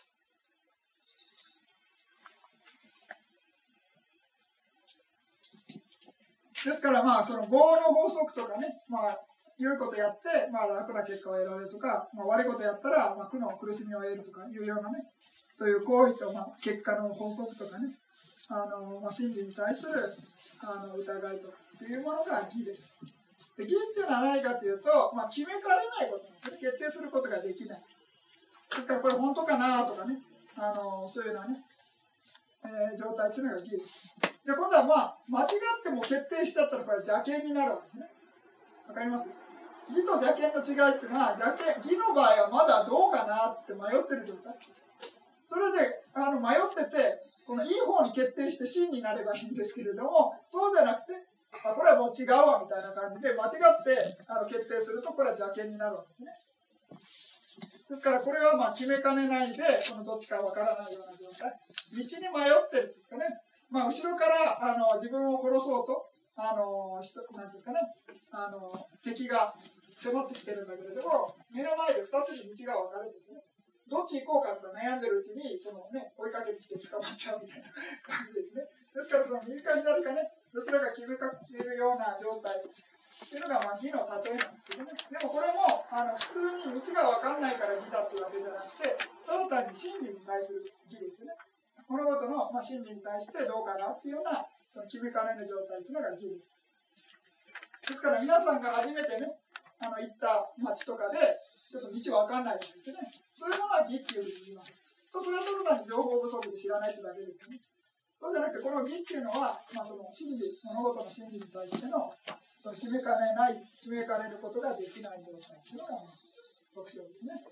ですから、その業の法則とかね、良いことやって、楽な結果を得られるとか、悪いことやったら、苦の苦しみを得るとかいうようなね、そういう行為と、結果の法則とかね、真理に対する疑いとかっていうものが義です。で、義っていうのは何かというと、決めかれないことなんですね。決定することができない。ですから、これ本当かなとかね、そういうようなね、状態っていうのが義です。じゃあ今度は間違っても決定しちゃったらこれ邪見になるわけですね。わかります？義と邪見の違いっていうのは、義の場合はまだどうかなって迷ってる状態。それで迷ってて、このいい方に決定して真になればいいんですけれども、そうじゃなくて、これはもう違うわみたいな感じで間違って決定すると、これは邪見になるわけですね。ですからこれは決めかねないで、このどっちかわからないような状態。道に迷ってるんですかね。後ろから自分を殺そうとなんていうかね、敵が迫ってきてるんだけれども、目の前で2つに道が分かれてですね、どっち行こうかとか悩んでるうちに追いかけてきて捕まっちゃうみたいな感じですね。ですからその右か左かね、どちらか決めかけるような状態っていうのが義の例えなんですけどね。でもこれも普通に道が分かんないから義だっていうわけじゃなくて、ただ単に真理に対する義ですよね。物事の真理に対してどうかなっていうようなその決めかねる状態というのが義です。ですから皆さんが初めてね行った町とかでちょっと道わかんないんですね。そういうのが義っていうふうに言います。それはただ単に情報不足で知らない人だけですよね。そうじゃなくてこの義っていうのは、その真理、物事の真理に対してのその決めかねることができない状態っていうのが特徴ですね。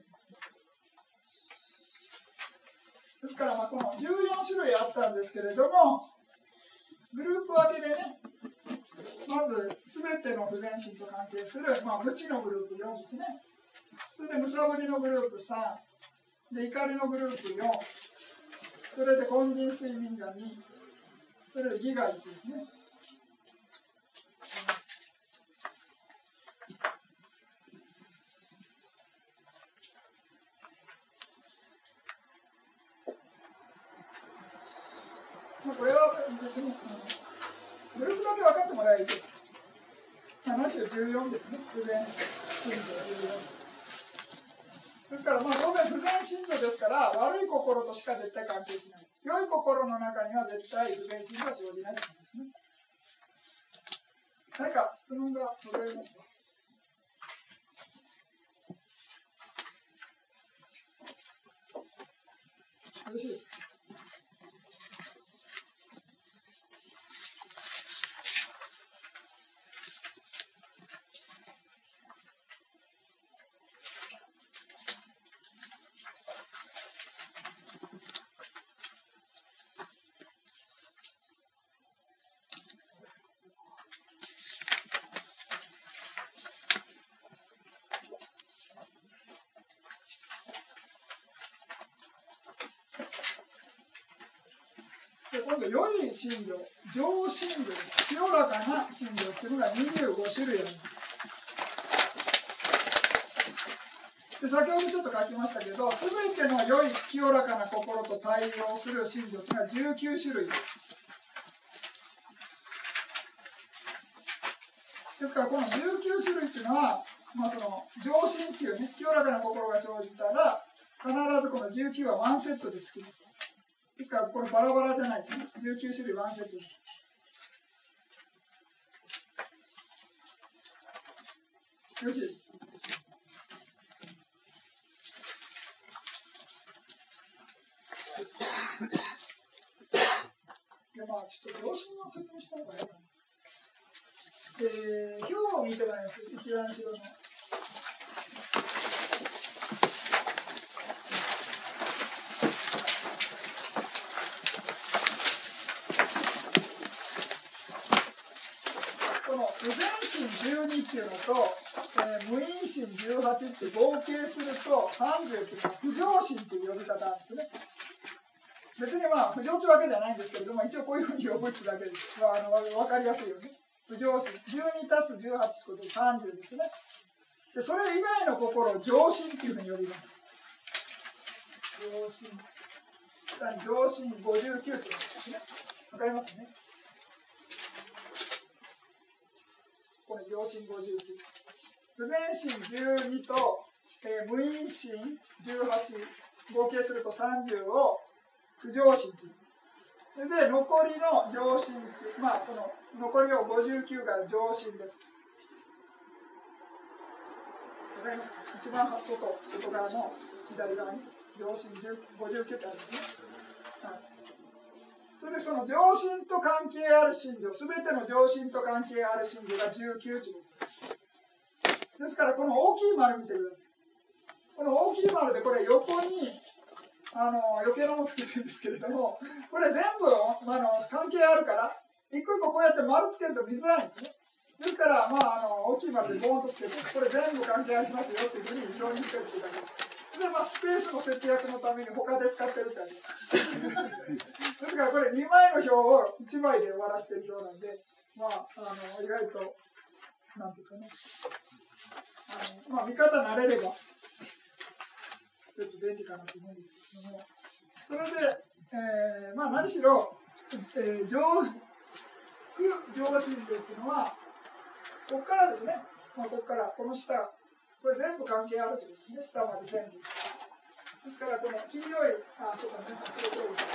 ですからこの14種類あったんですけれども、グループ分けでね、まず全ての不全心と関係する、無知のグループ4ですね。それでむさぼりのグループ3で、怒りのグループ4、それで根人睡眠が2、それで義が1ですね。これは別にグループだけ分かってもらえばいいです。何しろ14ですね。不全心情14です。ですから当然不全心情ですから悪い心としか絶対関係しない。良い心の中には絶対不全心情は生じないということですね。何か質問がございますか？よろしいですか？今度、良い心情、上心情、清らかな心情というのが25種類あります。 で先ほどちょっと書きましたけど、すべての良い清らかな心と対応する信条というのは19種類です。ですからこの19種類っていうのは、その上心っていうね、清らかな心が生じたら必ずこの19はワンセットで作る。ですからこれバラバラじゃないですね。19種類ワンセットで。よろしいです。でちょっと上心を説明した方がいいかな。表を見てもらいます。一番後ろの。この不全心12っていうのと、無因心18って合計すると30っていうのは不浄心っていう呼び方なんですね。別に不浄というわけじゃないんですけれども、一応こういうふうに呼ぶってだけです。分かりやすいよね。不浄心、12たす18ということで30ですね。で、それ以外の心を浄心っていうふうに呼びます。浄心。下に浄心59って言うんですね。わかりますね。これ浄心59。不全心12と、無因心18、合計すると30を不浄心って言います。で、残りの浄心っていう、その残りを59が浄心です。わかりますか？一番外側の左側に浄心59ってあるんですね。はい。それでその浄心と関係ある信条、すべての浄心と関係ある信条が19ということです。ですからこの大きい丸見てください。この大きい丸でこれ横に余計なものつけてるんですけれども、これ全部関係あるから一個一個こうやって丸つけると見づらいんですね。ですから大きい丸でボーンとつけて、これ全部関係ありますよというふうに表にしてるっていうだけで、スペースの節約のために他で使ってるっちゃうですからこれ2枚の表を1枚で終わらせてる表なんで、意外となんですかね、見方慣れればちょっと便利かなと思うんですけれども、それで、何しろ、浄心っていうのは、ここからですね、ここから、この下、これ全部関係あるということですね、下まで全部。ですから、この黄色い、そうか、皆さん、白黒い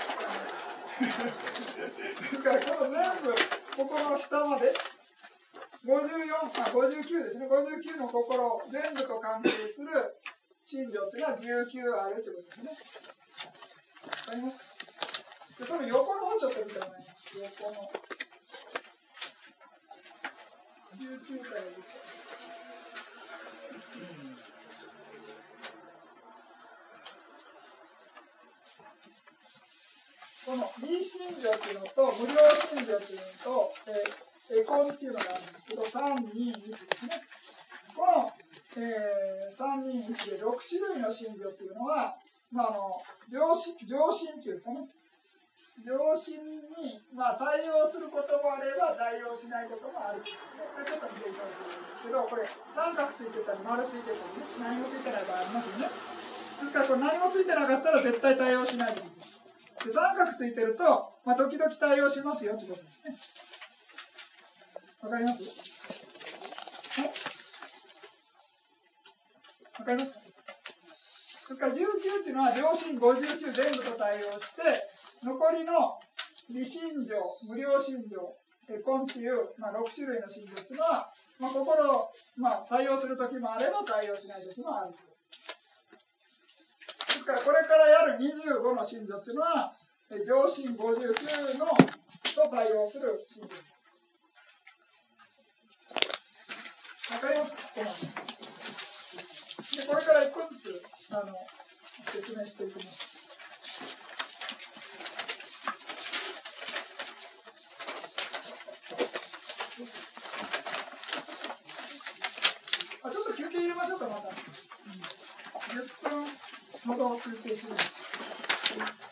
です。だから、この全部、ここの下まで、59ですね、59の心、全部と関係する信条というのは19あるということですね。わかりますか？でその横の方ちょっと見てもらいます。横の19から見て。この B 信条というのと無料信条というのと、エコンっていうのがあるんですけど、321ですね。この321で6種類の信条というのは、浄心っていうんですかね、浄心に、対応することもあれば対応しないこともある。これちょっと見ていただくといいんですけど、これ三角ついてたり丸ついてたりね、何もついてない場合ありますよね。ですからこれ何もついてなかったら絶対対応しないということです。で三角ついてると、時々対応しますよということですね。わかります？わかりますか？ですから19っていうのは浄心59全部と対応して、残りの微信条、無料信条、エコンっていう、6種類の信条っていうのは、心を、対応するときもあれば対応しないときもある。ですからこれからやる25の信条っていうのは、浄心59のと対応する信条です。わかりますか？でこれから一個ずつ説明していきます。ちょっと休憩入れましょうか、また。10分ほど休憩します。